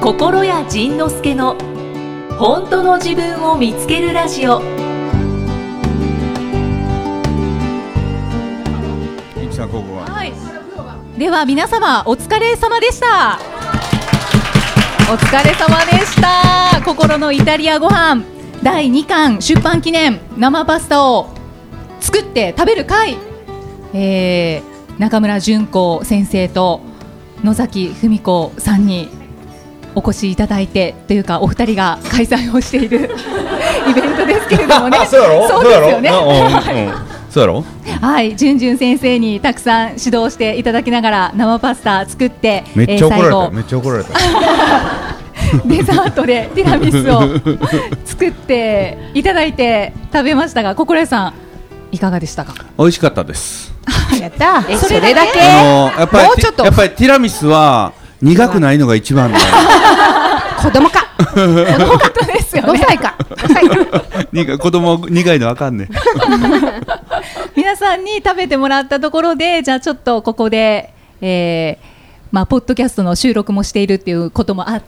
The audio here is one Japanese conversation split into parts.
心谷仁之助の本当の自分を見つけるラジオ。 いきさんここは、 はい、では皆様お疲れ様でした。お疲れ様でした。心のイタリアご飯第2巻出版記念生パスタを作って食べる会、中村純子先生と野崎文子さんにお越しいただいてというかお二人が開催をしているイベントですけれどもねそうやろそうですよね。 そうやろはい、じゅんじゅん先生にたくさん指導していただきながら生パスタ作って、 めっちゃ怒られた、 最後めっちゃ怒られたデザートでティラミスを作っていただいて食べましたが、心谷さんいかがでしたか？ 美味しかったです。 やったそれだけやっぱりもうちょっとやっぱりティラミスは苦くないのが一番だ子供か本当ですよね。 5歳か子供苦いのあかんねん皆さんに食べてもらったところで、じゃあちょっとここで、ポッドキャストの収録もしているっていうこともあって、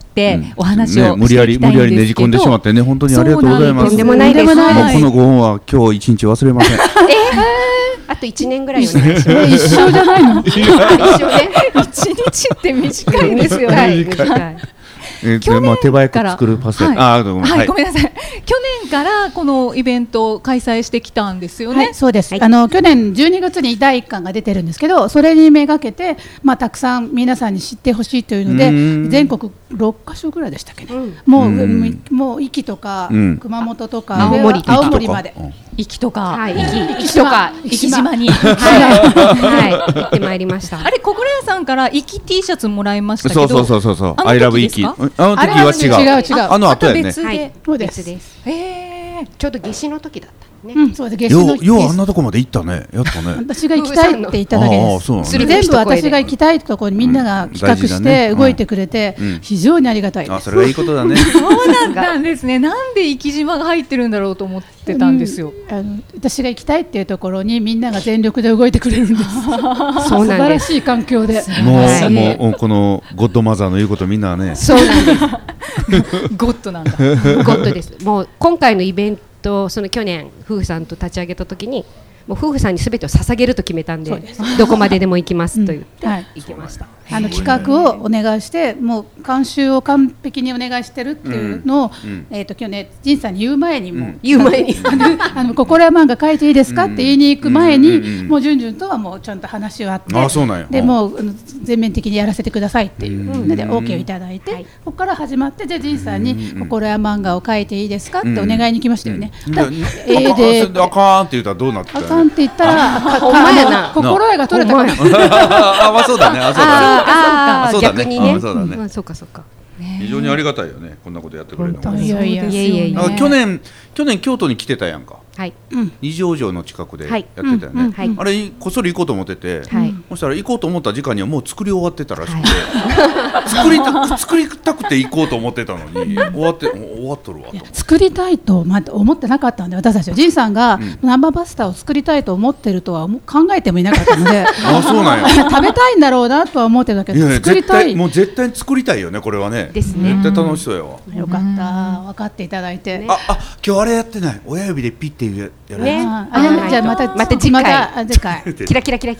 お話をしていきたいんですけど、 無理やりねじ込んでしまってね、本当にありがとうございます。 とんでもないです。 もうこのご恩は今日一日忘れませんあと1年ぐらいお願いします一生じゃないの？ 一生ね一日って短いですよね。 短い去年手早く作るパスタ、 ごめんなさい。去年からこのイベントを開催してきたんですよね。 はい、そうです、 はい、 去年12月に第1巻が出てるんですけど、それにめがけて、たくさん皆さんに知ってほしいというので、全国6カ所ぐらいでしたっけね、もう壱岐とか、熊本とか青森まで、 壱岐とか、 はい、壱岐とか壱岐島にはい、行ってまいりました。 あれ、心谷さんから壱岐 T シャツもらいましたけど、 そうアイラブ壱岐、あの時は違う、あの後やね。 別で、 そうです。 ちょうど夏至の時だったね。 そうです。夏至の日です。 ようあんなとこまで行ったね。やったね。 私が行きたいって言っただけです。全部私が行きたいところにみんなが企画して動いてくれて、非常にありがたいです。 それはいいことだね。 そうだったんですね。なんで壱岐島が入ってるんだろうと思ってたんですよ。 私が行きたいっていうところにみんなが全力で動いてくれるんです。素晴らしい環境で。 もうこのゴッドマザーの言うことみんなね。 そうなんです。 ゴッドなんだ。 ゴッドです。もう今回のイベント、その去年夫婦さんと立ち上げた時に、もう夫婦さんに全てを捧げると決めたんで、どこまででも行きますと言って行きました。 企画をお願いして、もう監修を完璧にお願いしてるっていうのを、去年仁さんに言う前に心屋漫画書いていいですかって言いに行く前に、もうじゅんじゅんとはもうちゃんと話があって、でもう全面的にやらせてくださいっていうので OK をいただいて、ここから始まって、じゃあ仁さんに心屋漫画を書いていいですかってお願いに来ましたよね。 あかんって言ったらどうなってた？ あかんって言ったら心屋が取れたから。 そうだね。 逆にね。 そうか。非常にありがたいよね、こんなことやってくれるの。去年京都に来てたやんか。二条城の近くでやってたよね。あれこっそり行こうと思ってて、そしたら行こうと思った時間にはもう作り終わってたらしくて、作りたくて行こうと思ってたのに終わっとるわと。 作りたいと思ってなかったんで、私たちは仁さんが生パスタを作りたいと思ってるとは考えてもいなかったので、 そうなんや。 食べたいんだろうなとは思ってたけど、作りたい。 もう絶対作りたいよね、これはね。 ですね。 絶対楽しそうやわ。 よかった、分かっていただいて。 今日あれやってない。親指でピッてやる。 じゃあまた次回キラキラ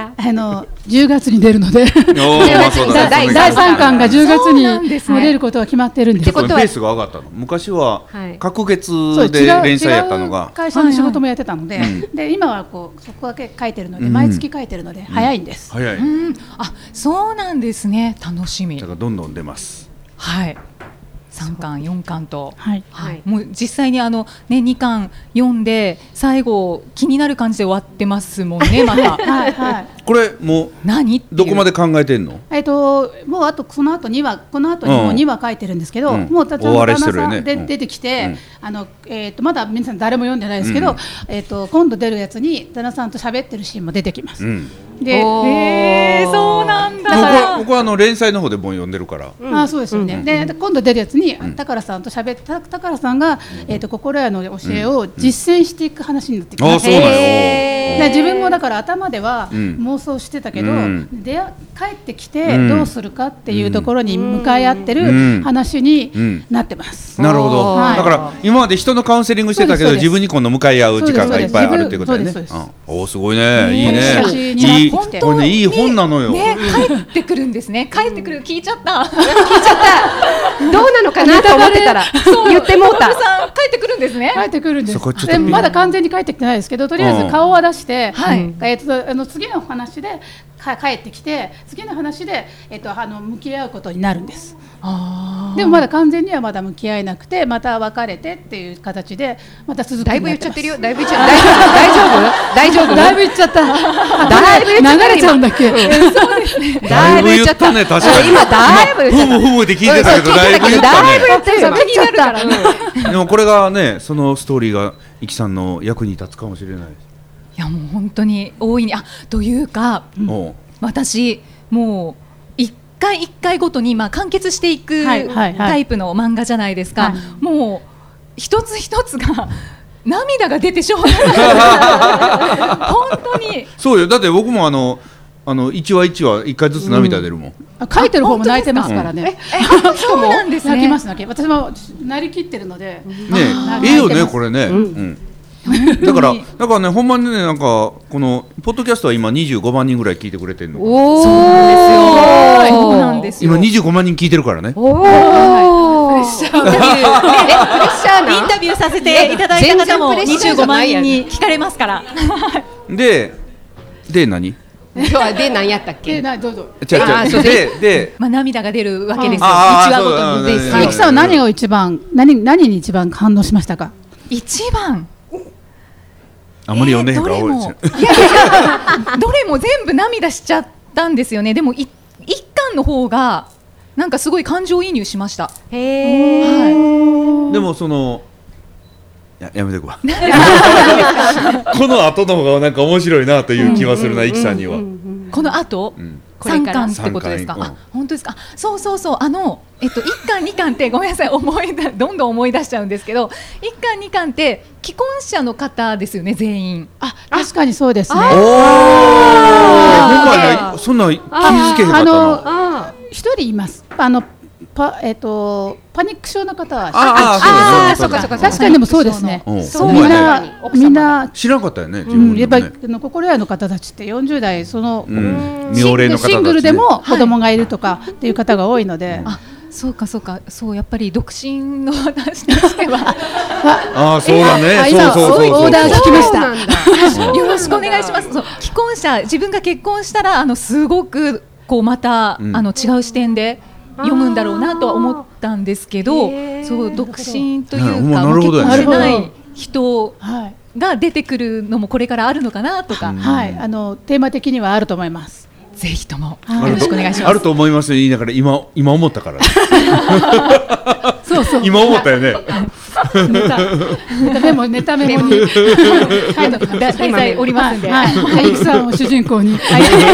10月に出るので、第3巻が10月に出ることは決まってるんです。 ペースが上がったの。昔は隔月で連載やったのが、 会社の仕事もやってたので、今はそこだけ書いてるので、毎月書いてるので早いんです。 早い。 そうなんですね。楽しみ。 だからどんどん出ます。 はい。3巻4巻と、もう実際に2巻読んで最後気になる感じで終わってますもんね。またこれもうどこまで考えてんの？ もうあとこの後にも2話書いてるんですけど、もう旦那さんで出てきて、まだ皆さん誰も読んでないですけど、今度出るやつに旦那さんと喋ってるシーンも出てきます。 そうなんだ。 僕は連載の方で本読んでるから。 そうですよね。で今度出るやつに高良さんと喋った高良さんが心屋の教えを実践していく話になってきます。 そうなんよ。 自分もだから頭では妄想してたけど、帰ってきてどうするかっていうところに向かい合ってる話になってます。 なるほど。だから今まで人のカウンセリングしてたけど、自分に今度向かい合う時間がいっぱいあるっていうことだよね。お、すごいね。いいね。いい、これね、いい本なのよ。 帰ってくるんですね。帰ってくる。聞いちゃった。 どうなのかなと思ってたら言ってもうた。 さん帰ってくるんですね。 帰ってくるんです。でまだ完全に帰ってきてないですけど、とりあえず顔は出して、次の話で帰ってきて、次の話で向き合うことになるんです。でもまだ完全にはまだ向き合えなくて、また別れてっていう形でまた続く。 だいぶ言っちゃってるよ。だいぶ言っちゃった。大丈夫？ だいぶ言っちゃった。 だいぶ流れちゃうんだっけ。 そうですね。 だいぶ言っちゃったね。確かに。 今だいぶ言っちゃった。 ふむで聞いてたけど、だいぶ言ったね。 だいぶ言ってるよ。 気になるからね。 でもこれがね、そのストーリーがイキさんの役に立つかもしれないです。 いやもう本当に大いにというか、私もう一回ごとに完結していくタイプの漫画じゃないですか。もう一つ一つが涙が出てしょうがない本当に。 そうよ。だって僕も一話一話一回ずつ涙出るもん。 書いてる方も泣いてますからね。 そうなんですね。 泣きます。私もなりきってるので。 いいよねこれね。だからね、ほんまにね、なんかこのポッドキャストは今25万人ぐらい聞いてくれてるの。 そうなんですよ。 今25万人聞いてるからね。 プレッシャー。インタビューさせていただいた方も25万人に聞かれますから。 で何？ 今日はで何やったっけ？ どうぞ。 で涙が出るわけですよ。1話ごとに。 ゆきさんは何に一番感動しましたか？ 一番。 あんまり読んでへんからどれも全部涙しちゃったんですよね。でも一巻の方がなんかすごい感情移入しました。 でもやめてくわこの後の方がなんか面白いなという気はするな、イキさんには。 この後、3巻ってことですか？本当ですか？そう1巻2巻ってごめんなさい、どんどん思い出しちゃうんですけど、1巻2巻って既婚者の方ですよね、全員。 確かにそうですね。 僕はね、そんな気づけへんかったな。 一人います。パニック症の方は。確かに。でもそうですね。みんな知らなかったよね。 やっぱり心屋の方たちって40代シングルでも子供がいるとかっていう方が多いので。 そうかやっぱり独身の私としてはそうだね。そうオーダー聞きました。 よろしくお願いします。既婚者、自分が結婚したらすごくまた違う視点で読むんだろうなとは思ったんですけど、独身というか結婚してない人が出てくるのもこれからあるのかなとか、 テーマ的にはあると思います。 ぜひともよろしくお願いします。 あると思いますよ。言いながら今思ったからそう今思ったよね。 ネタメモに題材おりますんで、 ゆきさんを主人公に。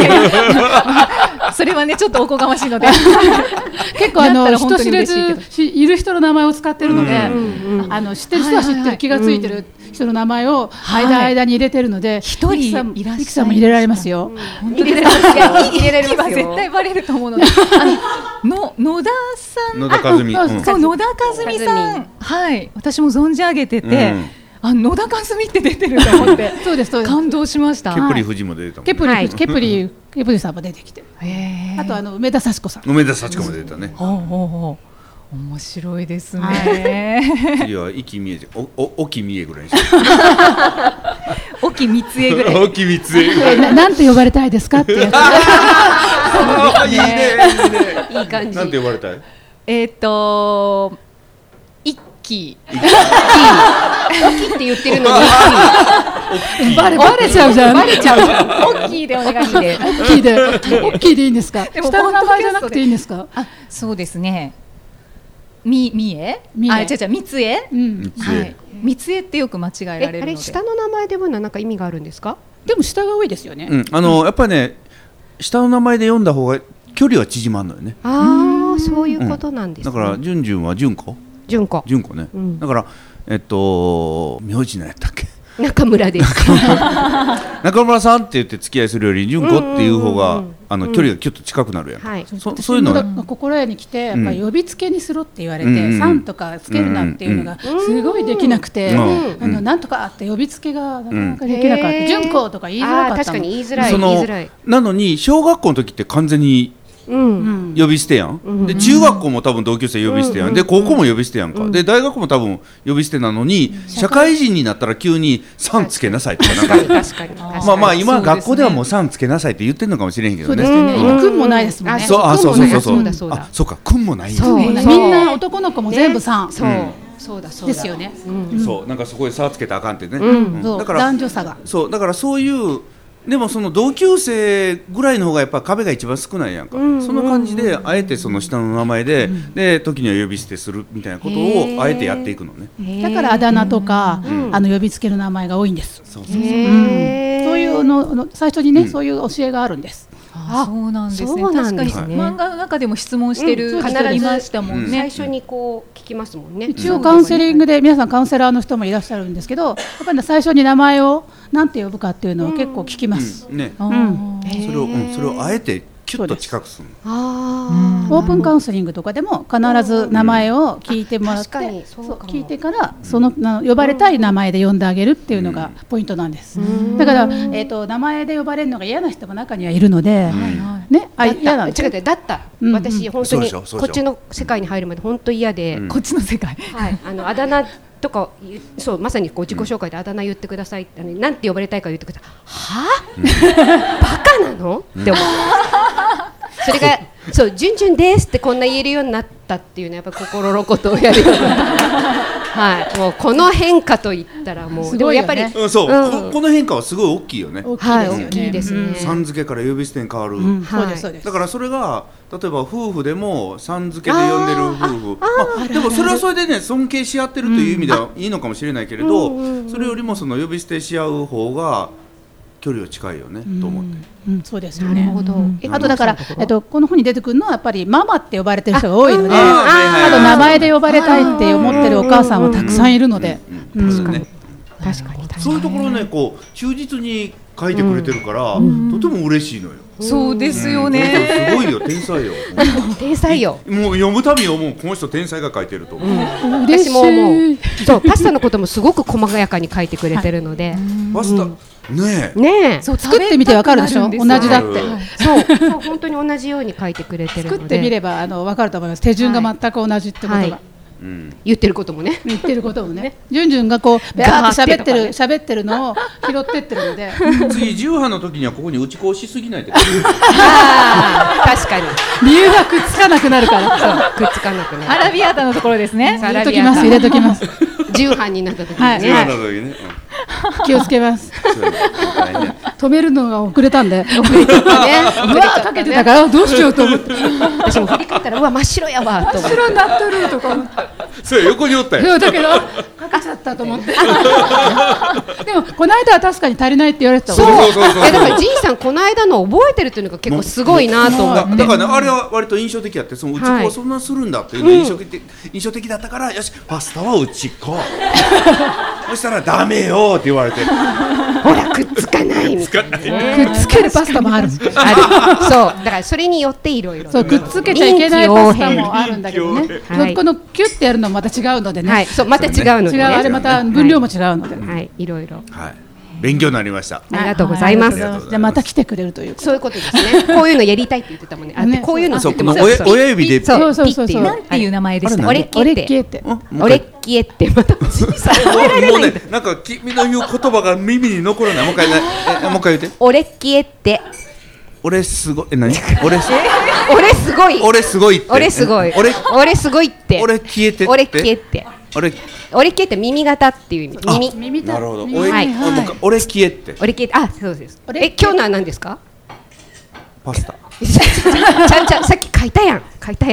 それはねちょっとおこがましいので結構人知れずいる人の名前を使ってるので、知ってる人は知ってる、気がついてる人の名前を間に入れてるのので、 一人いらっしゃいます。 ゆきさんも入れられますよ。 入れられますよ。絶対バレると思うので、野田さん、 野田和美、 そう野田和美さん、私も存じ上げてて、野田和美って出てると思って感動しましケた。 プリ夫人も出てたもんね。 ケプリさんも出てきて、あと梅田幸子さん。 梅田幸子も出てたね。 面白いですね。 次は沖見え沖見えぐらいにして。 沖三江ぐらい。 沖三江。 なんて呼ばれたいですかってやつ。 いいね。 いい感じ。 なんて呼ばれたい？ 一気。 沖って言ってるのに。 バレちゃうじゃん。 バレちゃうじゃん。オッキーでお願いして。 オッキーでいいんですか？下の名前じゃなくていいんですか？ そうですね。三重？三重。三重ってよく間違えられるので。 あれ下の名前でもなんか意味があるんですか？ でも下が多いですよね。 やっぱりね、下の名前で読んだ方が結距離は縮まんのよね。 ああ、そういうことなんですね。 だからじゅんじゅんは純子ね、だから名字何やったっけ、 中村です中村さんって言って付き合いするより純子っていう方が距離がキュッと近くなるやん、はい、そういうのは心得に来てやっぱ呼びつけにするって言われて、さんとかつけるなっていうのがすごいできなくて、なんとかって呼びつけがなかなかできなかった。純子とか言いづらかったもん。 確かに言いづらい。 なのに小学校の時って完全に呼び捨てやん、で中学校も多分同級生呼び捨てやん、で高校も呼び捨てやんか、で大学も多分呼び捨てなのに、社会人になったら急にさんつけなさいとか、なんかまあ今学校ではもうさんつけなさいって言ってるのかもしれへんけどね。 そうですね、今くんもないですもんね。 そうか、くんもないんだ。 みんな男の子も全部さん。そうですよね。 そう、なんかそこで差つけたらあかんってね。 だから男女差が。 そうだからそういうでもその同級生ぐらいの方がやっぱ壁が一番少ないやんか、その感じであえてその下の名前で、で時には呼び捨てするみたいなことをあえてやっていくのね。 だからあだ名とか、呼びつける名前が多いんです。そういうの最初にね、そういう教えがあるんです。 そうなんですね。確かに漫画の中でも質問してる方いましたもんね。 最初にこう聞きますもんね。 一応カウンセリングで皆さんカウンセラーの人もいらっしゃるんですけど、やっぱり最初に名前をなんて呼ぶかっていうのを結構聞きます。それをあえてキュッと近くするの。 オープンカウンセリングとかでも必ず名前を聞いてもらって、聞いてからその呼ばれたい名前で呼んであげるっていうのがポイントなんです。だから名前で呼ばれるのが嫌な人も中にはいるので、ね、嫌なんです。 違う、だった私本当にこっちの世界に入るまで本当嫌で、 こっちの世界、 あだ名とか、そうまさにこう自己紹介であだ名言ってくださいって、なんて呼ばれたいか言ってください。バカなのって思ってそれがそうじゅんじゅんですってこんな言えるようになったっていうのはやっぱ心のことをやるようになったもうこの変化といったらもうでもやっぱりこの変化はすごい大きいよね。 大きいですね。 さん付けから呼び捨てに変わる。だからそれが例えば夫婦でもさん付けで呼んでる夫婦、でもそれはそれでね尊敬し合ってるという意味ではいいのかもしれないけれど、それよりもその呼び捨てし合う方が距離は近いよねと思って。 そうですよね。あとだからこの本に出てくるのはやっぱりママって呼ばれてる人が多いので、あと名前で呼ばれたいって思ってるお母さんはたくさんいるので、 確かにそういうところねこう忠実に書いてくれてるからとても嬉しいのよ。 そうですよね。 すごいよ、天才よ。 天才よ。 もう読むたびに思う、この人天才が書いてると思う。 私も思う。そうパスタのこともすごく細やかに書いてくれてるので。 パスタねえ、作ってみてわかるでしょ。同じだって。 そう本当に同じように書いてくれてるので。 作ってみればわかると思います。手順が全く同じってことが。 言ってることもね。 じゅんじゅんがこうガーッと喋ってるのを拾ってってるので。 次重版の時にはここに打ち込しすぎないで。 確かに。 理由がくっつかなくなるから。 くっつかなくなる。 アラビアータのところですね。 入れときます。 重版になった時にね。 気をつけます。止めるのが遅れたんで。うわかけてたからどうしようと思って。 私も振り返ったらうわ真っ白やわと思って。 真っ白になってるとか。 そう横におったよ。 だけどかけちゃったと思って。でもこの間は確かに足りないって言われてた。 そう。だからじいさんこの間の覚えてるっていうのが結構すごいなと思って。 だからあれは割と印象的やって、その打ち粉をそんなするんだっていうのが印象的だったから、よしパスタは打ち粉。そしたらダメよって言われて。 ほらくっつかないみたいな。 くっつけるパスタもある。 そうだからそれによっていろいろ。 そうくっつけちゃいけないパスタもあるんだけどね。このキュッてやるのもまた違うのでね。 そうまた違うのでね。 あれまた分量も違うので。 はいいろいろ。 勉強になりました。 ありがとうございます。じゃあまた来てくれるという。 そういうことですね。こういうのやりたいって言ってたもんね。こういうのそうこの親指でそうなんていう名前でした。 オレッキエって。オレッキエってまた小さい。覚えられない。 なんか君の言う言葉が耳に残らない。もう一回言って。 オレッキエって。 俺すごい何？ 俺すごい。 俺すごいって。 俺すごい。俺すごいって。 俺消えて。 俺消えて。俺消えって耳型っていう意味。 耳。 なるほど。俺消えって。 俺消えて。あ、そうです。今日のは何ですか？ パスタ。 ちゃんさっき書いたやん。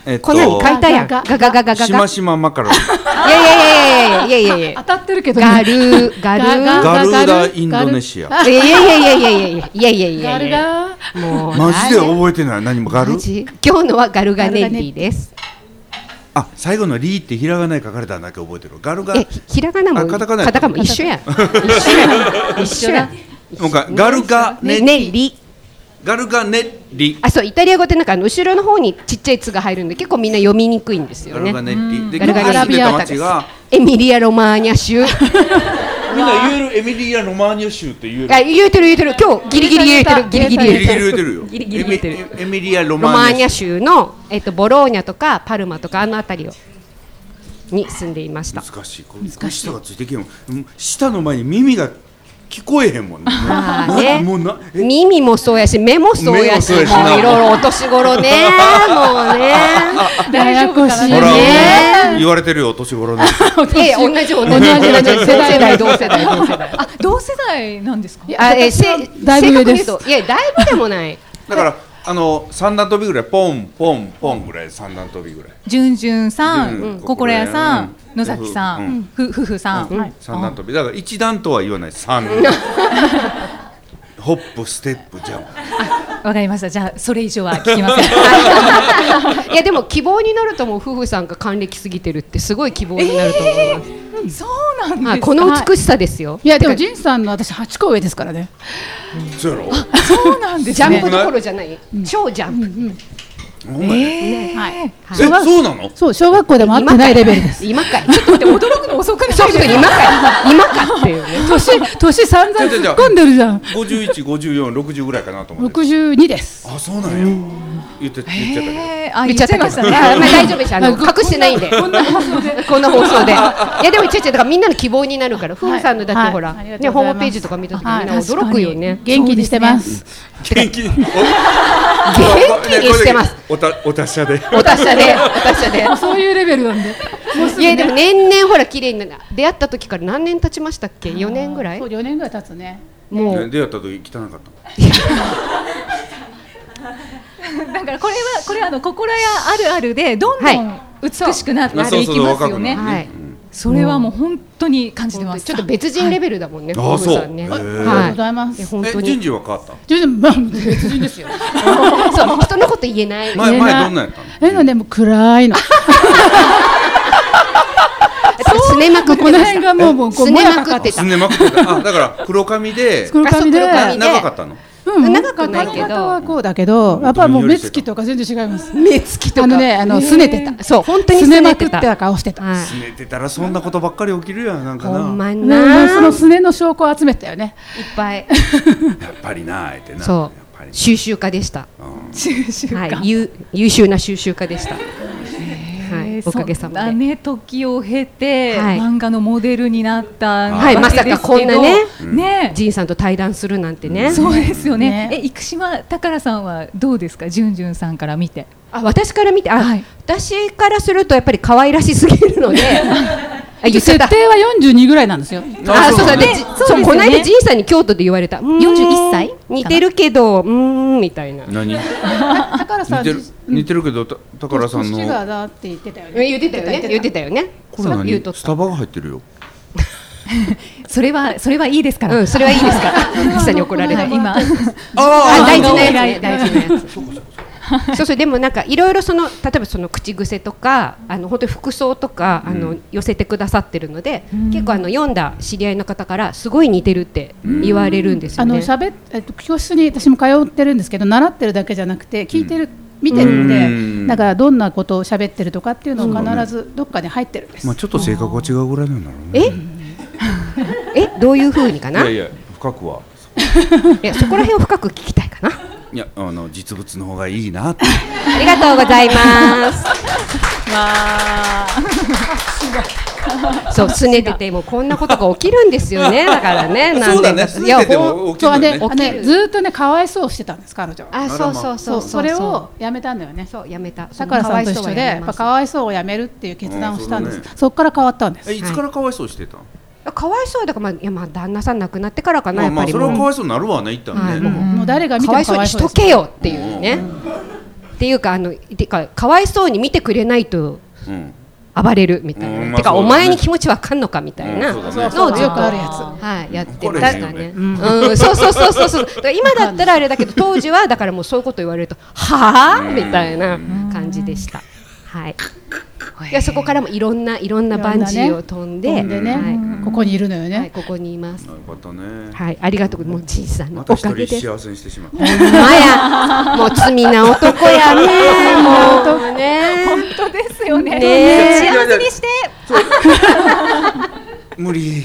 こんなに書いたやん。ガガガガガガ。 しましまマカロン。 いや当たってるけど。 ガルダインドネシア。 いやガルガ。 もうマジで覚えてない。何もガル。 今日のはガルガネッリです。 あ、最後のリーってひらがなに書かれたんだけ覚えてる。ガルガ。 ひらがなもカタカナも一緒や。一緒や。 ガルガネリ。 ガルガネッリ。 そう、イタリア語ってなんか後ろの方にちっちゃい「つ」が入るんで結構みんな読みにくいんですよね。 ガルガネッリ。 ガルガネッリで、街がエミリア・ロマーニャ州。 みんな言える。エミリア・ロマーニャ州って言える。 言えてる。今日ギリギリ言えてる。ギリギリ言えてるよ。 エミリア・ロマーニャ州のボローニャとかパルマとかあの辺りに住んでいました。 難しい。舌がついてけん。舌の前に耳が聞こえへんもんね。 耳もそうやし目もそうやし、もういろいろお年頃ね。もうね。 ややこしいね。 言われてるよ、お年頃ね。 同じ世代。 同世代なんですか。 だいぶ上です。 いや、だいぶでもない。 だから三段跳びぐらい、ポンポンポンぐらい、三段跳びぐらい。 じゅんじゅんさん、心屋さん、野崎さん、夫婦さん。 三段跳び。だから一段とは言わない。三。ホップ、ステップ、ジャンプ。 わかりました。じゃあそれ以上は聞きません。 いやでも希望になるとも夫婦さんが還暦すぎてるってすごい希望になると思います。 そうなんですか。 この美しさですよ。 いやでも仁さんの私8個上ですからね。 そうやろ。 そうなんですね。 ジャンプどころじゃない。超ジャンプ。 そうなの？ そう、小学校でも会ってないレベルです。 今かい。ちょっと待って、驚くの遅くない？そう今かっていうね。 年散々突っ込んでるじゃん。 51、54、60ぐらいかなと思って。 62です。 あ、そうなんや。言っちゃったけど。 言っちゃいましたね。大丈夫です。隠してないんで。こんな放送で。いやでもだからみんなの希望になるから、夫婦さんのだってほらねホームページとか見た時みんな驚くよね。 元気にしてます。 元気にしてます。 お達者で。 そういうレベルなんで。 いやでも年々ほら綺麗に出会った時から何年経ちましたっけ？4年ぐらい？ そう4年ぐらい経つね。 もう出会った時汚かった。 だからこれは心屋あるあるでどんどん美しくなっていきますよね。それはもう本当に感じてます。 ちょっと別人レベルだもんね。 ああそう。 ありがとうございます。 順次は変わった？ 順次別人ですよ。 そう人のこと言えない。 前どんなやったの？でも暗いの。 すねまくってこの辺がもうすねまくってた。 あ、だから黒髪で長かったの。 長くないけど。 髪型はこうだけど、やっぱりもう目つきとか全然違います。 目つきとかすねてた。 そう本当にすねまくってた顔してた。 すねてたらそんなことばっかり起きるやんなんかな。 ほんまにな。 そのすねの証拠を集めたよね。 いっぱい。 やっぱりなってな。 そう。収集家でした。優秀な収集家でした。おかげさまで。 時を経て漫画のモデルになったまさかこんなね仁さんと対談するなんてね。 そうですよね。生島宝さんはどうですか？じゅんさんから見て。 私から見て、私からするとやっぱり可愛らしすぎるので設定は42ぐらいなんですよ。 そうだね。この間仁さんに京都で言われた。 41歳似てるけどみたいな。 何？ 宝さん似てるけど宝さんの。 年がだって言ってたよね。 言ってたよね。 これ何？スタバが入ってるよ。 それはいいですから。 それはいいですから。下に怒られない今。 大事なやつ。そうでもなんかいろいろ例えばその口癖とか本当に服装とか寄せてくださってるので、結構読んだ知り合いの方からすごい似てるって言われるんですよね。 教室に私も通ってるんですけど、習ってるだけじゃなくて聞いてる、見てるので、だからどんなことを喋ってるとかっていうのを必ずどっかに入ってるんです。 ちょっと性格が違うぐらいなんだろうね。どういう風にかな。 いや深くは。 そこら辺を深く聞きたいかな。 いや実物の方がいいなって。 ありがとうございます。そうすねててもこんなことが起きるんですよね。だからね。 そうだね。すねてても起きるね。 ずっとねかわいそうしてたんです彼女は。 そうそれをやめたんだよね。 そうやめた。 宝さんと一緒でやっぱかわいそうをやめるっていう決断をしたんです。そこから変わったんです。 いつからかわいそうしてた？ かわいそうだから旦那さん亡くなってからかな。やっぱりそれはかわいそうになるわね。一旦ね。 もう誰が見てもかわいそうにしとけよっていうね。 っていうかかわいそうに見てくれないと暴れるみたいな、てかお前に気持ちわかんのかみたいなのをずっとよくあるやつ、 やってたね。そう今だったらあれだけど当時はだからもうそういうこと言われるとはぁみたいな感じでした。はい。いやそこからもいろんなバンジーを飛んでここにいるのよね。 ここにいます。 よかったね。 はい、ありがとう。もうじいさんのおかげで幸せにしてしまった。 ほんまや、もう罪な男やね。もうね。 本当ですよね。幸せにして。 無理。い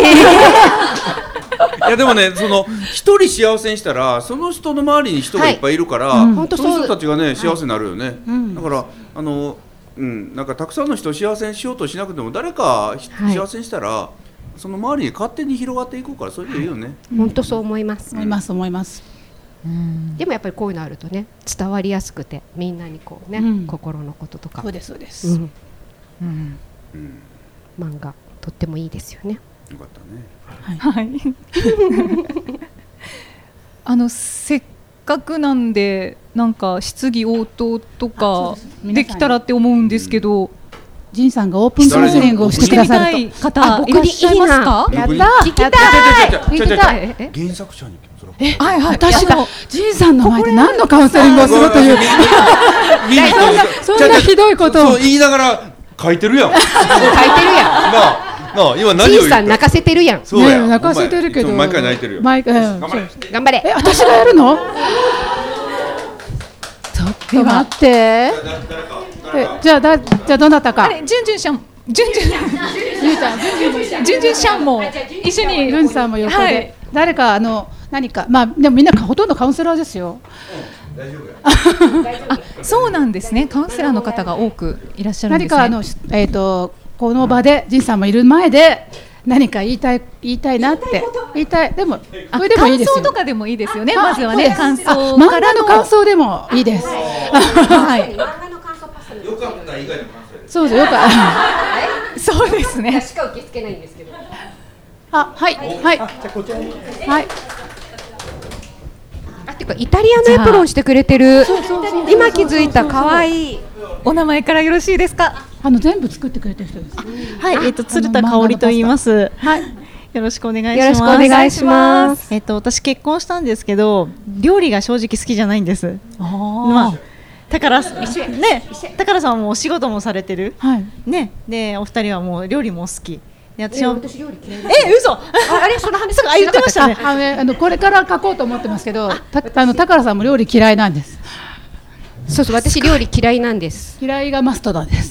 やでもね、その一人幸せにしたらその人の周りに人がいっぱいいるから、その人たちがね幸せになるよね。だからなんかたくさんの人を幸せにしようとしなくても誰か幸せにしたら、その周りに勝手に広がっていくからそれでいいよね。 本当そう思います。 思います。 でもやっぱりこういうのあるとね伝わりやすくてみんなにこうね、心のこととか。 そうです。 漫画とってもいいですよね。 よかったね。 はい。せっかくなんでなんか質疑応答とかできたらって思うんですけど、 ジンさんがオープンカウンセリングをしてくださると。 方いらっしゃいますか？ やった。聞きたい。 原作者に。 はい、私がジンさんの前で何のカウンセリングをするというそんなひどいことを言いながら書いてるやん。 今何を言った？さん泣かせてるやん。 そうや。 泣かせてるけど。 毎回泣いてるよ。 頑張れ。 私がやるの？ちょっと待って。じゃあどなたか。 ジュンシャンも一緒に。 ルンさんも横で。誰か何かでもみんなほとんどカウンセラーですよ。 そうなんですね。カウンセラーの方が多くいらっしゃるんですね。 何かこの場でジンさんもいる前で何か言いたいなって言いたい。でもそれでもいいですよ。 感想とかでもいいですよね。まずはね、感想漫画の感想でもいいです。はい。 よかった以外の感想です。 そうです。よかった。 そうですね。 しか受け付けないんですけど。 はい。はい。 てかイタリアのエプロンしてくれてる。今気づいた。可愛い。 お名前からよろしいですか？ 全部作ってくれてる人です。 はい、鶴田香織と言います。はい。よろしくお願いします。 よろしくお願いします。 私結婚したんですけど、料理が正直好きじゃないんです。宝さんもお仕事もされてる。ね、でお二人はもう料理も好き。 私料理嫌い。 嘘。あれその話とか言ってましたね。 これから書こうと思ってますけど、宝さんも料理嫌いなんです。 そう、私料理嫌いなんです。 嫌いがマストなんです。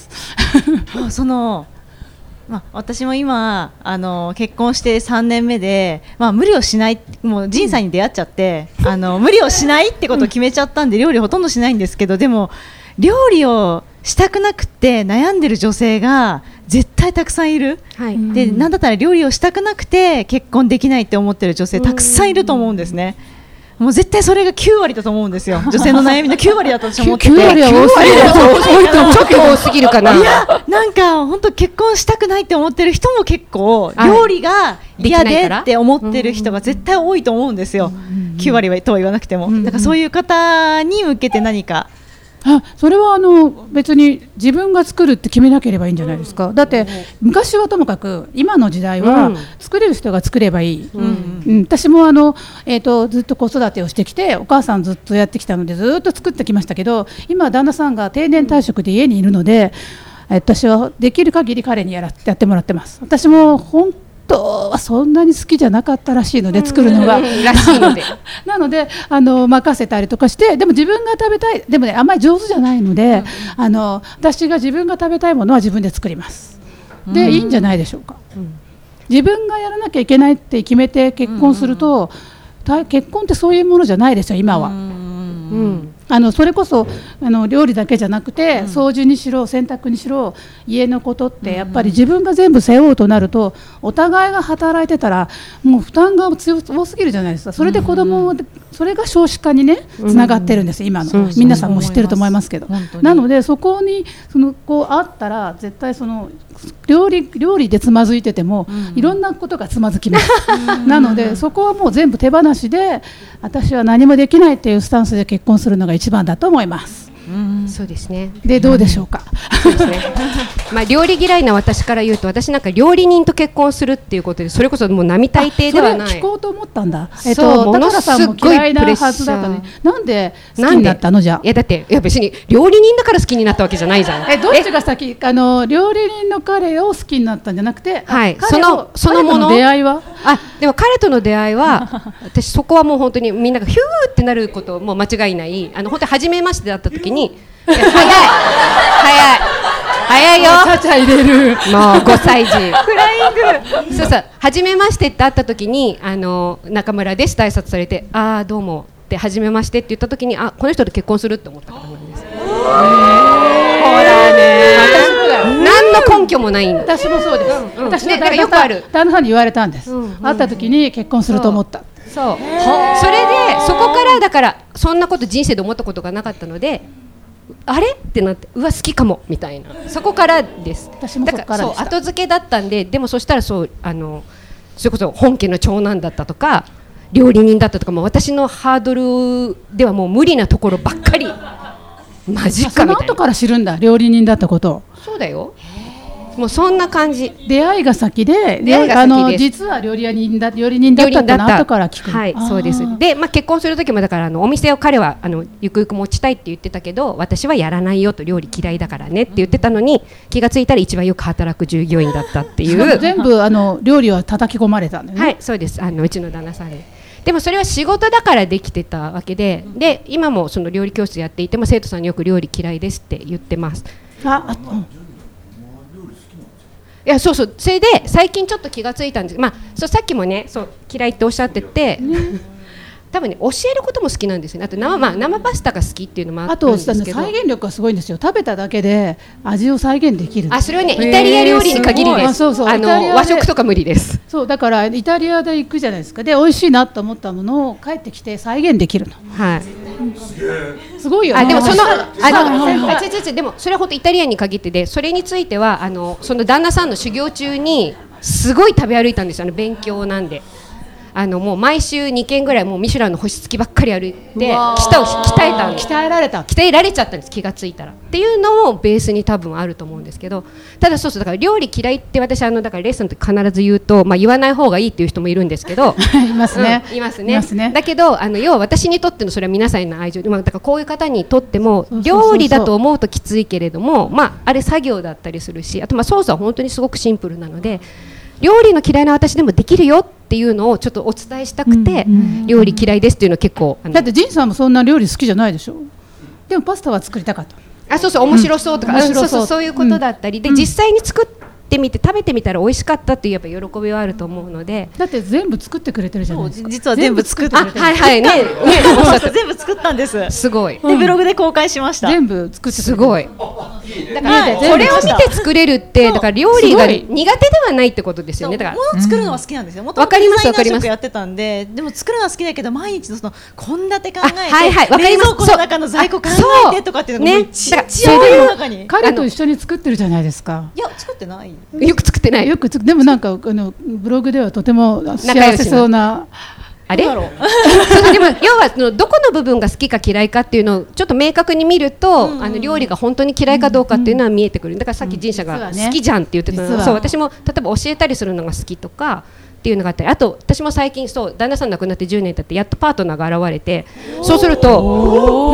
私も今結婚して3年目で、無理をしない、もうジンさんに出会っちゃって、無理をしないってことを決めちゃったんで、料理ほとんどしないんですけど、でも料理をしたくなくて悩んでる女性が絶対たくさんいる。でなんだったら料理をしたくなくて結婚できないって思ってる女性たくさんいると思うんですね。もう絶対それが9割だと思うんですよ。女性の悩みの9割だと私思ってて。 9割は多すぎる。 ちょっと多すぎるかな。 いや、なんか本当結婚したくないって思ってる人も結構、料理が嫌でって思ってる人が絶対多いと思うんですよ。9割はとは言わなくても。だからそういう方に向けて何か。 それは別に自分が作るって決めなければいいんじゃないですか。だって昔はともかく今の時代は作れる人が作ればいい。私もずっと子育てをしてきてお母さんずっとやってきたのでずっと作ってきましたけど、今旦那さんが定年退職で家にいるので、私はできる限り彼にやってもらってます。私も本当はそんなに好きじゃなかったらしいので、作るのがらしいのでなので任せたりとかして、でも自分が食べたい、でもねあんまり上手じゃないので、私が自分が食べたいものは自分で作ります。で、いいんじゃないでしょうか。自分がやらなきゃいけないって決めて結婚すると、結婚ってそういうものじゃないですよ今は。それこそ料理だけじゃなくて、掃除にしろ洗濯にしろ家のことってやっぱり自分が全部背負うとなると、お互いが働いてたらもう負担が多すぎるじゃないですか。それで子供それが少子化にねつながってるんです。今の皆さんも知ってると思いますけど、なのでそこにこうあったら絶対料理でつまずいてても、いろんなことがつまずきます。なのでそこはもう全部手放しで、私は何もできないっていうスタンスで結婚するのが一番だと思います。 そうですね。 でどうでしょうか。 そうですね。まあ料理嫌いな私から言うと、私なんか料理人と結婚するっていうことで、それこそもう並大抵ではない。 それ聞こうと思ったんだ。 ものすごいプレッシャー。 嫌いなはずだったね。なんで好きになったのじゃ。 いやだって別に料理人だから好きになったわけじゃないじゃん。 どっちが先料理人の彼を好きになったんじゃなくて、 はい。 そのもの出会いは。 でも彼との出会いは私そこはもう本当にみんながヒューってなることも間違いない。本当に初めましてだった時に。早いよ。 ちゃちゃ入れる。 もう5歳児。フライング。そう初めましてって会った時に中村ですって挨拶されて、どうもって初めましてって言った時にこの人と結婚するって思ったからなんです。ほらね。何の根拠もないんだ。 私もそうです。私ね、だからよくある。 旦那さんに言われたんです。会った時に結婚すると思った。 そう。それでそこからだからそんなこと人生で思ったことがなかったので。あれってなって好きかもみたいな、そこからです。 私もそこからでした。 後付けだったんで、でもそしたらそれこそ本家の長男だったとか料理人だったとか、もう私のハードルではもう無理なところばっかり。マジかみたいな。 その後から知るんだ、料理人だったことを。 そうだよ。もうそんな感じ。 出会いが先で、実は料理人だったっての後から聞く。 はい、そうです。で、結婚する時もだからお店を彼はゆくゆく持ちたいって言ってたけど、私はやらないよと、料理嫌いだからねって言ってたのに、気がついたら一番よく働く従業員だったっていう。 全部料理は叩き込まれたんだよね。 はい、そうです。うちの旦那さんに。でもそれは仕事だからできてたわけで、今もその料理教室やっていても生徒さんによく料理嫌いですって言ってます。いやそうそれで最近ちょっと気がついたんです。さっきもね、嫌いっておっしゃってて、多分ね教えることも好きなんですよね。あと生パスタが好きっていうのもあったんですけど、 再現力がすごいんですよ。食べただけで味を再現できる。 それはねイタリア料理に限りです。和食とか無理です。 そうだからイタリアで行くじゃないですか。で美味しいなと思ったものを帰ってきて再現できるの。 はい。 すごいよね。 でもでもそれは本当イタリアンに限ってで、それについてはその旦那さんの修行中にすごい食べ歩いたんですよ。勉強なんで。もう毎週2軒ぐらいもうミシュランの星付きばっかり歩いて舌を鍛えたんです。 鍛えられちゃったんです、気がついたらっていうのをベースに多分あると思うんですけど、ただだから料理嫌いって私だからレッスンって必ず言うと、言わない方がいいっていう人もいるんですけどいますね、 いますね。だけど要は私にとってのそれは皆さんの愛情、だからこういう方にとっても料理だと思うときついけれども、あれ作業だったりするし、あとソースは本当にすごくシンプルなので、料理の嫌いな私でもできるよっていうのをちょっとお伝えしたくて、料理嫌いですっていうのは結構だって仁さんもそんな料理好きじゃないでしょ。でもパスタは作りたかった。 そう面白そうとか、そういうことだったりで、実際に作ってみて食べてみたら美味しかったっていうやっぱ喜びはあると思うので。 だって全部作ってくれてるじゃないですか。 実は全部作ってくれてる。 はいね全部作ったんです。 すごい。 でブログで公開しました。 全部作ってすごい。だからこれを見て作れるってだから料理が苦手ではないってことですよね。だから物作るのは好きなんですよ。 わかりますわかります。 やってたんで、でも作るのは好きだけど毎日のその献立考えて、 冷蔵庫の中の在庫考えてとかっていうのがめっちゃ中に。 彼と一緒に作ってるじゃないですか。 いや作ってない。 よく作ってない。 でもなんかブログではとても幸せそうな。 あれでも要はどこの部分が好きか嫌いかっていうのをちょっと明確に見ると、料理が本当に嫌いかどうかっていうのは見えてくる。だからさっき仁社が好きじゃんって言ってたのは、そう私も例えば教えたりするのが好きとかっていうのがあったり、あと私も最近旦那さん亡くなって10年経ってやっとパートナーが現れて、そうすると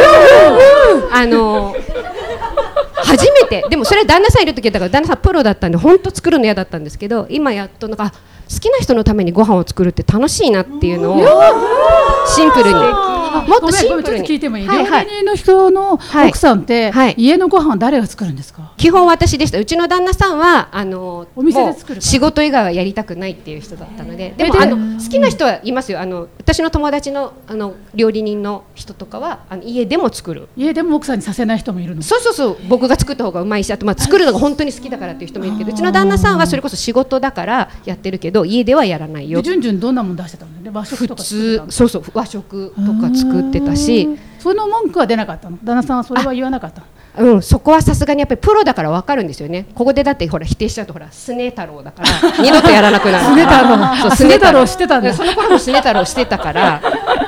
初めて、でもそれは旦那さんいる時だから旦那さんプロだったんで本当作るの嫌だったんですけど、今やっと好きな人のためにご飯を作るって楽しいなっていうのをシンプルに、もっとシンプルに聞いてもいい？料理人の人の奥さんって家のご飯誰が作るんですか？ 基本私でした。うちの旦那さんはお店で作る、 仕事以外はやりたくないっていう人だったので、でも好きな人はいますよ。私の友達の料理人の人とかは家でも作る。 家でも奥さんにさせない人もいるの？ そう僕が作った方がうまいし、あと作るのが本当に好きだからっていう人もいるけど、うちの旦那さんはそれこそ仕事だからやってるけど家ではやらないよ。 じゅんじゅんどんなもの出してたの？和食とか作ってたの？ そう和食とか作ってたし、 その文句は出なかったの？旦那さんはそれは言わなかったの？ そこはさすがにやっぱりプロだから分かるんですよね。ここでだってほら否定しちゃうとスネ太郎だから二度とやらなくなる。 スネ太郎してたんだ。 その頃もスネ太郎してたからは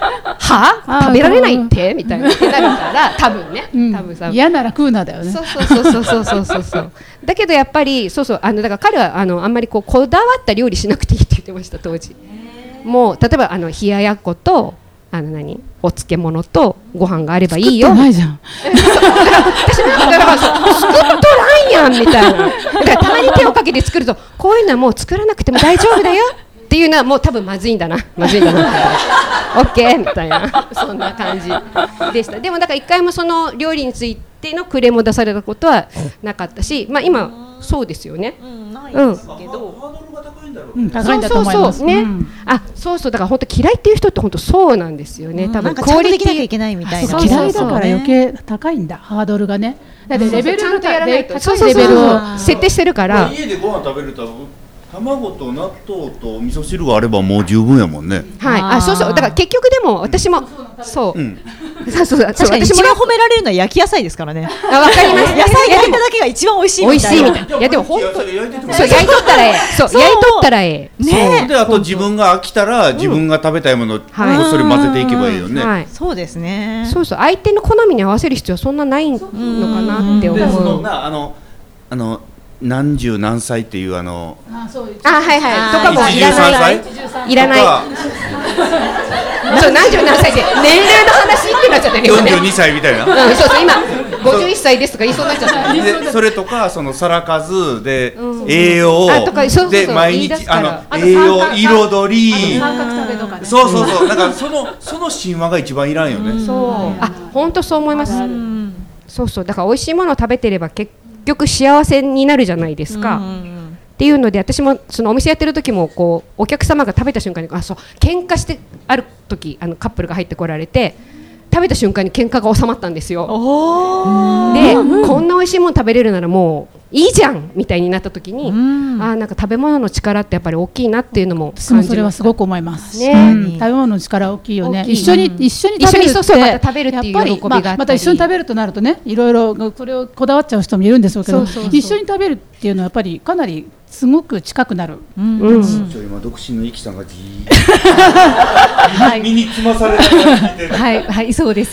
は食べられないってみたいなってなるから多分ね、多分さ嫌なら食うなだよね。 そうだけどやっぱりだから彼はあんまりこだわった料理しなくていいって言ってました当時。もう例えば冷ややっことお漬物とご飯があればいいよ。 作ってないじゃん。 私もだから作っとらんやんみたいな。だからたまに手をかけて作るとこういうのはもう作らなくても大丈夫だよっていうのはもう多分まずいんだなオッケーみたいなそんな感じでした。でもだから一回もその料理についてのクレームを出されたことはなかったし、まあ今そうですよね。 ないですけど。 ハードルが高いんだろう。高いんだと思います。 ね。そうだから本当嫌いっていう人って本当そうなんですよね。多分ちゃんとできなきゃいけないみたいな。 嫌いだから余計高いんだハードルがね。だってレベルちゃんとやらないと高いレベルを設定してるから。 家でご飯食べると卵と納豆と味噌汁があればもう十分やもんね。 はい。そうだから結局でも私もそう。 確かに一番褒められるのは焼き野菜ですからね。 わかります。 野菜焼いただけが一番美味しいみたいな。 いやでも本当焼いとったらええ。焼いとったらええ。 ね。であと自分が飽きたら自分が食べたいものをこっそり混ぜていけばいいよね。 そうですね。 相手の好みに合わせる必要はそんなないのかなって思う。 何十何歳っていうはいとかもいらないそう何十何歳で年齢の話ってなっちゃってるよね。 42歳みたいな。 そう今51歳ですとか言いそうになっちゃったでそれとかその皿数で栄養で毎日栄養彩りそうなんかその神話が一番いらんよね。 本当そう思います。そうだから美味しいものを食べてれば結局幸せになるじゃないですか。っていうので私もそのお店やってる時もこうお客様が食べた瞬間に喧嘩してある時カップルが入ってこられて食べた瞬間に喧嘩が収まったんですよ。でこんな美味しいもの食べれるならもういいじゃんみたいになった時になんか食べ物の力ってやっぱり大きいなっていうのも感じる。それはすごく思いますね。食べ物の力大きいよね。一緒に食べるっていう喜びがあったりまた一緒に食べるとなるとねいろいろそれをこだわっちゃう人もいるんでしょうけど一緒に食べるっていうのはやっぱりかなりすごく近くなる。 今独身のイキさんがじー身につまされてはいそうです。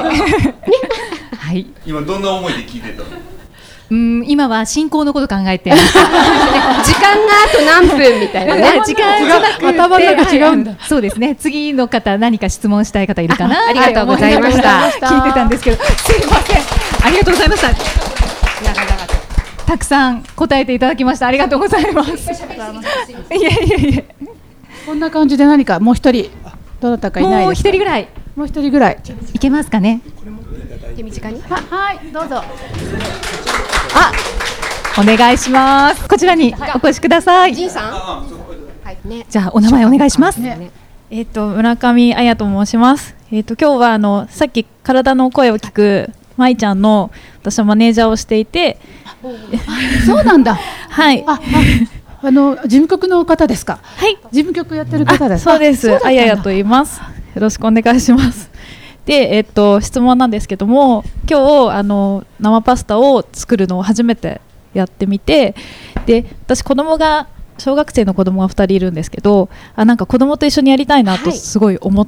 今どんな思いで聞いてたの？ 今は進行のこと考えて時間があと何分みたいなね。 時間がなくて頭の中違うんだ。 そうですね。次の方何か質問したい方いるかな。 ありがとうございました。 聞いてたんですけどすいません。ありがとうございました。たくさん答えていただきましたありがとうございます。いやこんな感じで何かもう一人どなたかいないですか？もう一人ぐらいいけますかね。 手短にはいどうぞ。 お願いします。こちらにお越しください。 仁さんじゃあお名前お願いします。 村上彩と申します。今日はさっき体の声を聞くまいちゃんの私はマネージャーをしていてそうなんだ。 はい。 事務局の方ですか？ はい。 事務局やってる方ですか？ そうです。あややと言います。よろしくお願いします。で、質問なんですけども、今日生パスタを作るのを初めてやってみて、で、私小学生の子供が2人いるんですけど、なんか子供と一緒にやりたいなとすごい思って、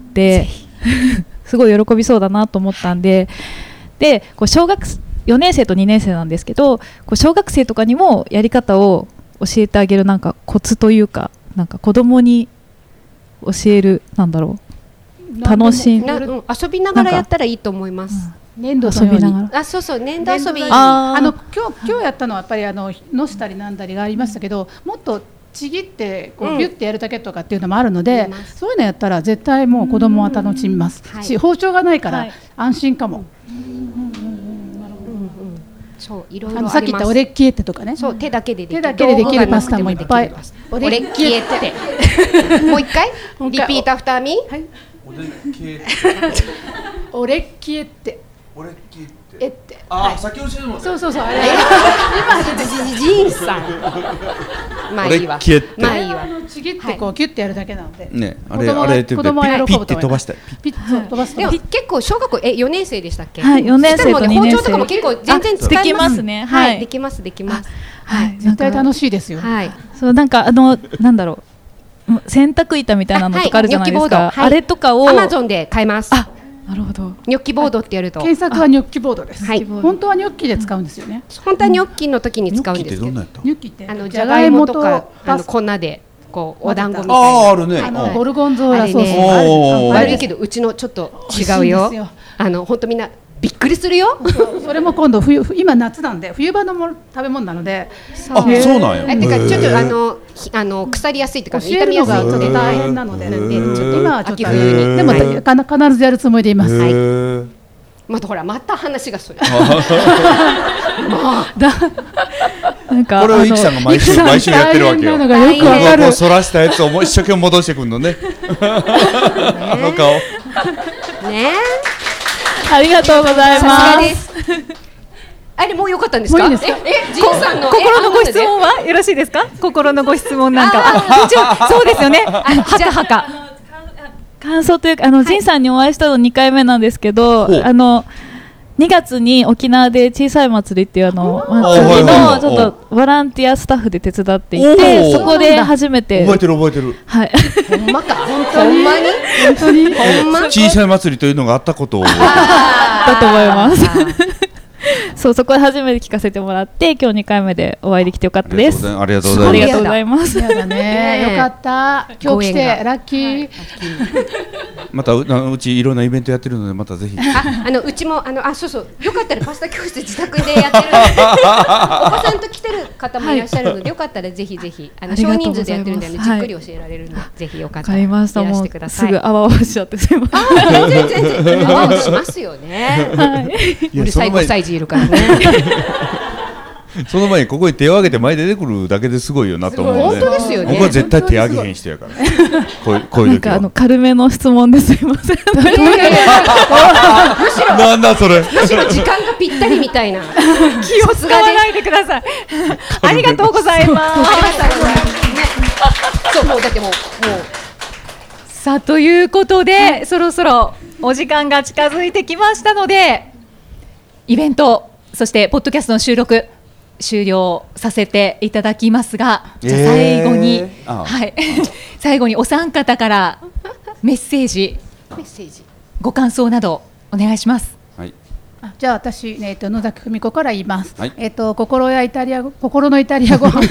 すごい喜びそうだなと思ったんで、小学4年生と2年生なんですけど、小学生とかにもやり方を教えてあげるなんかコツというか、なんか子供に教える楽しい遊びながらやったらいいと思います。 粘土遊びながら。 そう粘土遊び。 今日やったのはやっぱりのしたりなんだりがありましたけど、もっとちぎってビュッてやるだけとかっていうのもあるので、そういうのやったら絶対もう子供は楽しみますし、包丁がないから安心かも。さっき言ったオレッキエッテとかね。 そう手だけでできるパスタもいっぱい。 オレッキエッテ。もう一回リピートアフターミー。 オレッキエッテ。 さっき教えてもらった。 そうあれ。 今ジンさん。まあいいわ。ちぎってキュッてやるだけなので。 ね、あれ子供は喜ぶと思います。ピッて飛ばしたい。 ピッと飛ばす。 でも結構小学校4年生でしたっけ？ はい、4年生と2年生。 包丁とかも結構全然使えますね。 はい、できます。 はい、絶対楽しいですよ。 はい。 そうなんかなんだろう。 洗濯板みたいなのとかあるじゃないですか。あれとかを Amazon で買えます。 なるほど。 ニョッキボードってやると。 検索はニョッキボードです。本当はニョッキで使うんですよね。 本当はニョッキの時に使うんですけど。 ニョッキってじゃがいもとか粉でこうお団子みたいな。 あるね。 ゴルゴンゾーラソース。悪いけどうちのちょっと違うよ。本当みんなびっくりするよ。 それも今度今夏なんで冬場の食べ物なので。 そうなんや。 てかちょっと腐りやすいっていうか痛みやすいのがちょっと大変なので、今はちょっとでも必ずやるつもりでいます。 また話がそれ。 なんかこれをイキさんが毎週やってるわけよ。僕はそらしたやつを一生懸命戻してくるのね。あの顔。 ね。 ありがとうございます。 あれもう良かったんですか？ジンさんの心のご質問はよろしいですか？心のご質問なんかそうですよね。はかはか。 感想というかジンさんにお会いしたの2回目なんですけど、2月に沖縄で小さい祭りっていう祭りのちょっとボランティアスタッフで手伝っていて、そこで初めて覚えてる。 はい。 ほんまか。ほんまに小さい祭りというのがあったことをだと思います。そこで初めて聞かせてもらって今日2回目でお会いできてよかったです。 ありがとうございます。 やだね。よかった。今日来てラッキー。 またうちいろんなイベントやってるのでまたぜひ。 うちもそうよかったらパスタ教室自宅でやってるのでお子さんと来てる方もいらっしゃるのでよかったらぜひぜひ少人数でやってるんでじっくり教えられるのでぜひよかったらいらしてください。 すぐあわあわしちゃってすいません。全然あわあわしますよね。うるさい5歳児いるからね。 その前にここに手を挙げて前出てくるだけですごいよなと思うね。 本当ですよね。 僕は絶対手挙げへん人やから。こういう時は。 なんか軽めの質問ですいません。 なんだそれ。 むしろ時間がぴったりみたいな。 気を使わないでください。ありがとうございます。 そうもうだってもう。 さあということでそろそろお時間が近づいてきましたのでイベントそしてポッドキャストの収録終了させていただきますが、じゃあ最後に、最後にお三方からメッセージご感想などお願いします。 じゃあ私、野崎文子から言います。心のイタリアご飯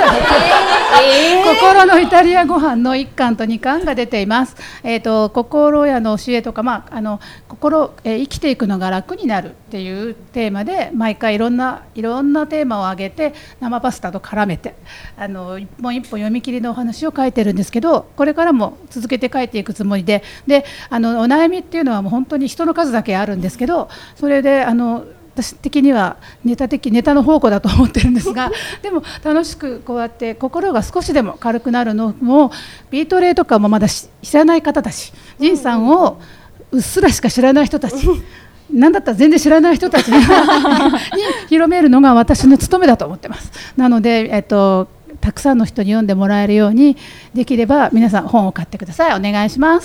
心のイタリアご飯の1巻と2巻が出ています。心屋の教えとか、生きていくのが楽になるっていうテーマで毎回いろんなテーマを挙げて生パスタと絡めて一本一本読み切りのお話を書いてるんですけど、これからも続けて書いていくつもりで、お悩みっていうのはもう本当に人の数だけあるんですけど、それで私的にはネタの宝庫だと思ってるんですがでも楽しくこうやって心が少しでも軽くなるのもビートレイとかもまだ知らない方だし、ジンさんをうっすらしか知らない人たちなんだったら全然知らない人たちに広めるのが私の務めだと思ってます。なので、たくさんの人に読んでもらえるようにできれば皆さん本を買ってください。お願いします。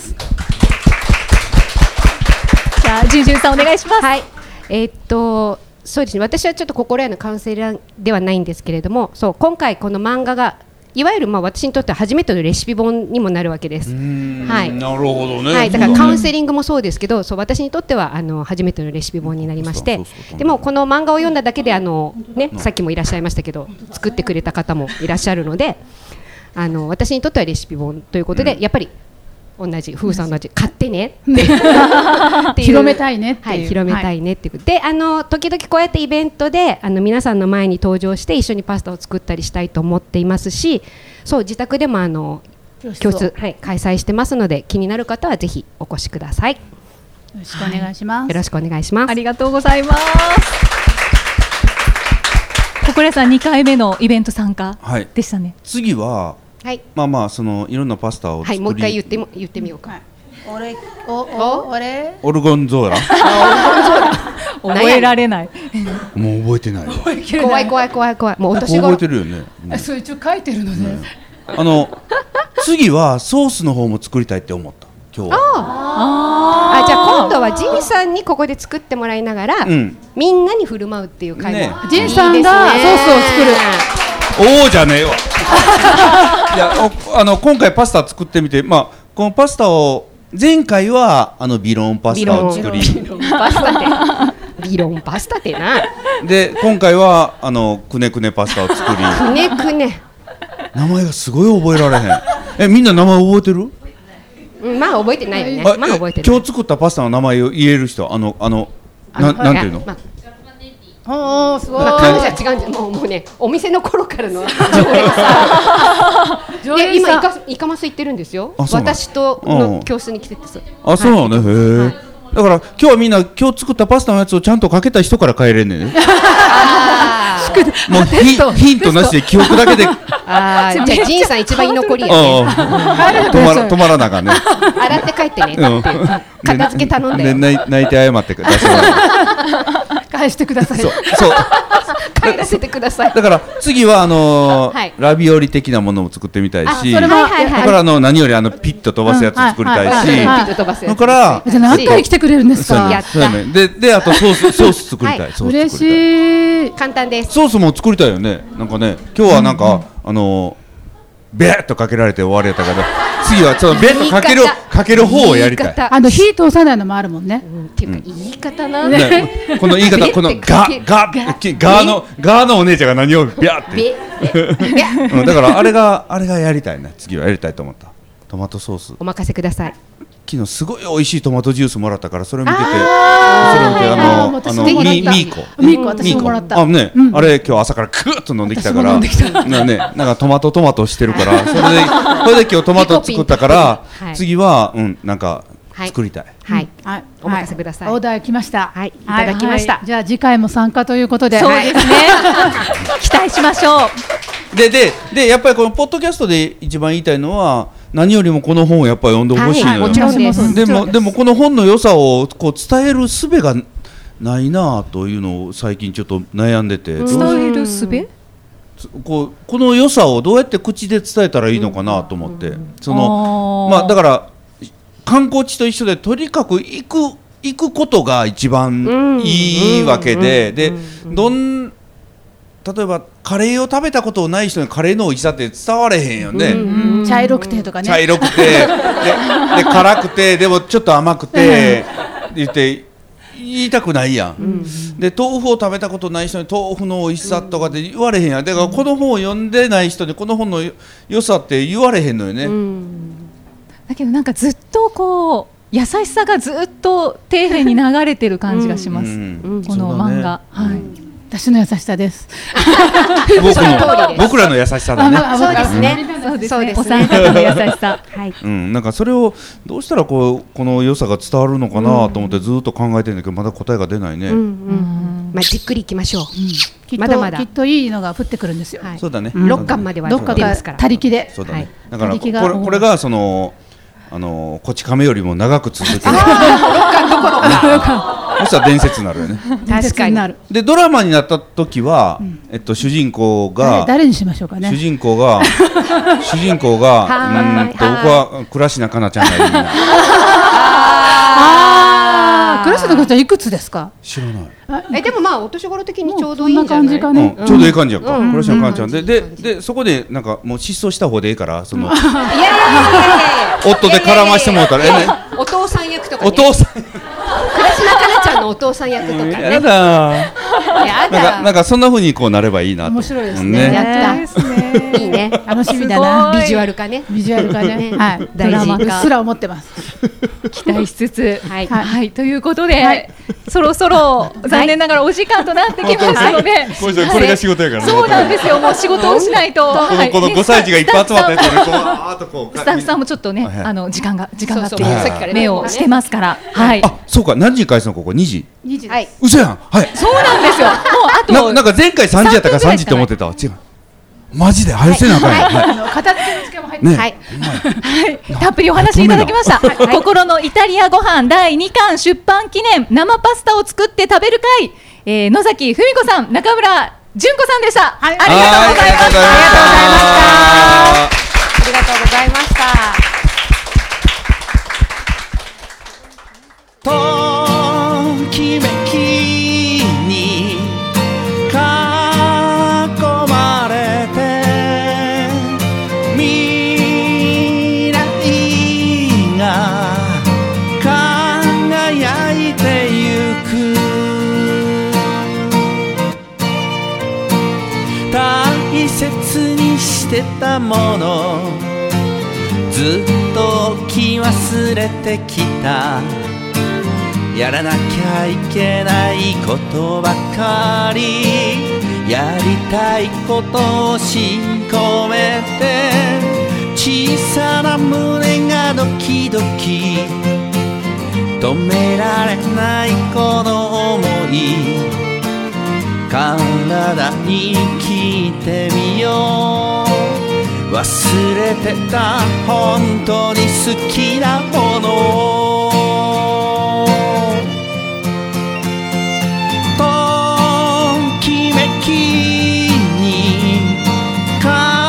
じゃあジュンジュンさんお願いします。 はい、そうですね、私はちょっと心屋のカウンセラーではないんですけれども、今回この漫画がいわゆる私にとっては初めてのレシピ本にもなるわけです。 なるほどね。 だからカウンセリングもそうですけど、私にとっては初めてのレシピ本になりまして、でもこの漫画を読んだだけでさっきもいらっしゃいましたけど作ってくれた方もいらっしゃるので、私にとってはレシピ本ということで、やっぱり同じ風さん同じ買ってねって広めたいねっていう、 広めたいねっていうで、時々こうやってイベントで皆さんの前に登場して一緒にパスタを作ったりしたいと思っていますし、自宅でも教室、開催してますので、気になる方はぜひお越しください。よろしくお願いします。 よろしくお願いします。 ありがとうございます。心屋さん2回目のイベント参加でしたね。 次はそのいろんなパスタを作り、 もう一回言ってみようか。 オルゴンゾーラ覚えられない。 もう覚えてないわ。 怖い。もうお年頃覚えてるよね。 そう一応書いてるので、 次はソースの方も作りたいって思った今日は。 じゃあ今度はジンさんにここで作ってもらいながら、みんなに振る舞うっていう会も、 ジンさんがソースを作る。 おおじゃねえわいや今回パスタ作ってみて、このパスタを前回はビロンパスタを作り、 ビロンパスタってビロンパスタってな。で今回はくねくねパスタを作り、 くねくね名前がすごい覚えられへん。みんな名前覚えてる？ まあ覚えてないよね。まあ覚えてる。 今日作ったパスタの名前を言える人、なんていうの？ おーすごい。 感じは違うんじゃ、もうね、お店の頃からの常連さん。で今イカマス行ってるんですよ。私との教室に来てて。 あ、そうなのね。へえ。だから今日はみんな今日作ったパスタのやつをちゃんとかけた人から帰れんねんね。もうヒントなしで記憶だけで。 じゃあジンさん一番居残りやね。 止まらながね。 洗って帰ってねって片付け頼んで。 泣いて謝ってください。 返してください。 そう。 帰らせてください。 だから次はラビオリ的なものも作ってみたいし、だから何よりピッと飛ばすやつ作りたいし、だからじゃあ何回来てくれるんですか。 やった。 であとソース作りたい。 嬉しい。 簡単です。 ソースも作りたいよね。なんかね、今日はなんかベーっとかけられて終わりやったから、次はちょっとベーっとかける方をやりたい。 火通さないのもあるもんね。 っていうか言い方な。 この言い方、このガのお姉ちゃんが何をビャーって。だからあれがやりたいな。次はやりたいと思った。トマトソース。 お任せください。 昨日すごい美味しいトマトジュースもらったから、それを見てて、 ミーコ私ももらった。 あれ今日朝からクーッと飲んできたから、なんかトマトしてるから、それで今日トマト作ったから、次はなんか作りたい。 はい。お任せください。 オーダー来ました。 はい。いただきました。 じゃあ次回も参加ということで。 そうですね。期待しましょう。 でやっぱりこのポッドキャストで一番言いたいのは、何よりもこの本をやっぱり読んでほしいのよ。 もちろんです。 でもこの本の良さをこう伝える術がないなというのを最近ちょっと悩んでて。 伝える術？ この良さをどうやって口で伝えたらいいのかなと思って、だから観光地と一緒で、とにかく行くことが一番いいわけで、例えばカレーを食べたことない人にカレーの美味しさって伝われへんよね。 茶色くてとかね。 茶色くてで辛くてでもちょっと甘くて言いたくないやん。で豆腐を食べたことない人に豆腐の美味しさとかって言われへんやん。だからこの本を読んでない人にこの本の良さって言われへんのよね。 だけどなんかずっとこう優しさがずっと底辺に流れてる感じがします。この漫画。 私の優しさです。 僕らの優しさだね。 そうですね。 そうですね。お三方の優しさ。 なんかそれをどうしたらこの良さが伝わるのかなと思ってずっと考えてるんだけど、まだ答えが出ないね。 じっくりいきましょう。 まだまだきっといいのが降ってくるんですよ。 そうだね。 6巻まではどっかが他力で。 そうだね。だからこれがこち亀よりも長く続ける。6 巻どころか。 そしたら伝説になるよね。 確かに。 でドラマになった時は、主人公が誰にしましょうかね。 主人公が僕は倉科カナちゃんがいいな。 倉科カナちゃんいくつですか。 知らない。 でもお年頃的にちょうどいいんじゃない。 感じかね。 ちょうどいい感じやんか。倉科カナちゃんでそこでなんかもう失踪した方でいいから、そのいや夫で絡ましてもらったらお父さん役とか。 お父さん。 倉科カナちゃんのお父さん役とかね。 やだ。なんかそんな風にこうなればいいなと。 面白いですね。 やった。いいね。 楽しみだな。 ビジュアル化ね。 はい。大事。うっすら思ってます。 期待しつつ、はいということで、そろそろ残念ながらお時間となってきましたので、 これが仕事やからね。 そうなんですよ。もう仕事をしないと。 この5歳児がいっぱい集まったやつをスタッフさんもちょっとね、時間がっていう目をしてますから。はい。 あ、そうか。何時に返すのここ？2時。 2時。 はい。 嘘やん。はい。 そうなんですよ。もうあとなんか前回3時やったから3時って思ってたわ。違う。マジで早せなあかんやん。 片付けの時間も入ってはい。 たっぷりお話いただきました。心のイタリアご飯第2巻出版記念生パスタを作って食べる会、野崎文子さん、中村純子さんでした。ありがとうございました。 ありがとうございました。 ときめきに囲まれてしてたものずっと置き忘れてきたやらなきゃいけないことばかりやりたいことを信じ込めて小さな胸がドキドキ止められないこの想い体に聞いてみよう忘れてた本当に好きなものときめきに囲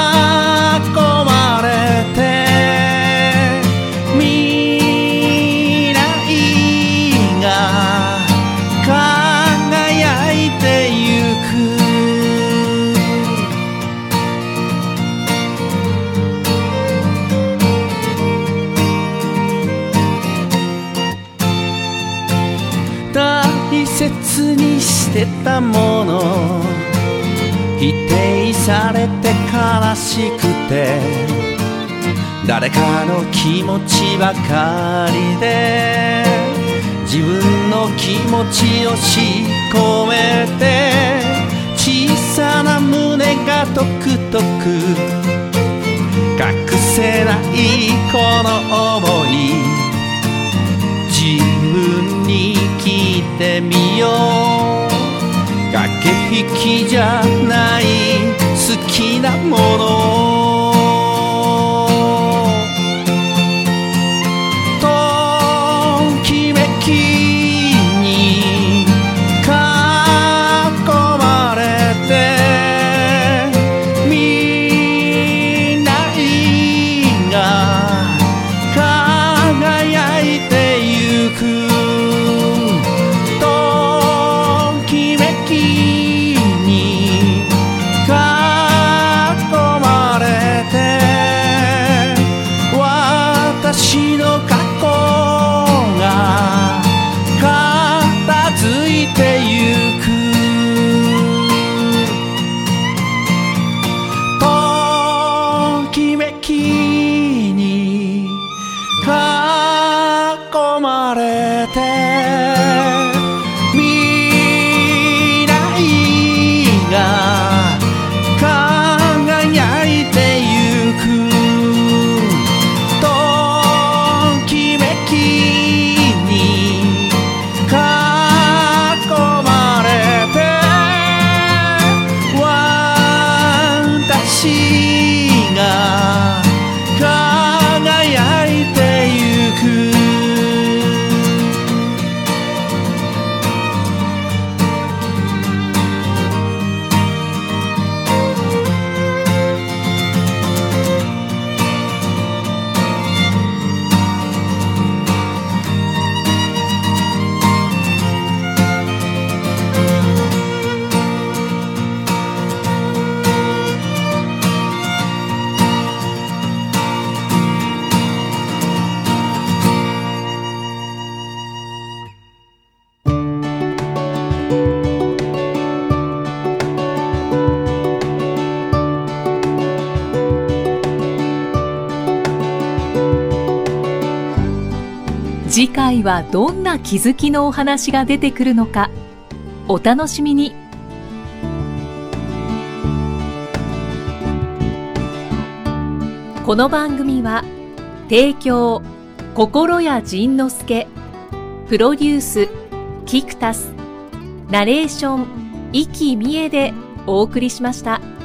まれて未来が輝いてゆく大切にしてたもの否定されて悲しくて誰かの気持ちばかりで自分の気持ちを仕込めて小さな胸がトクトク隠せないこの想い自分に聞いてみよう駆け引きじゃない好きなものときめきに囲まれて未来が輝いてゆくときめきに囲まれて私の過去が片付いてゆくときめきに囲まれて未来が輝いてゆくときめきに囲まれて私が輝いてゆく次回はどんな気づきのお話が出てくるのかお楽しみに。この番組は提供心谷仁之助、プロデュースキクタス、ナレーション生きみえでお送りしました。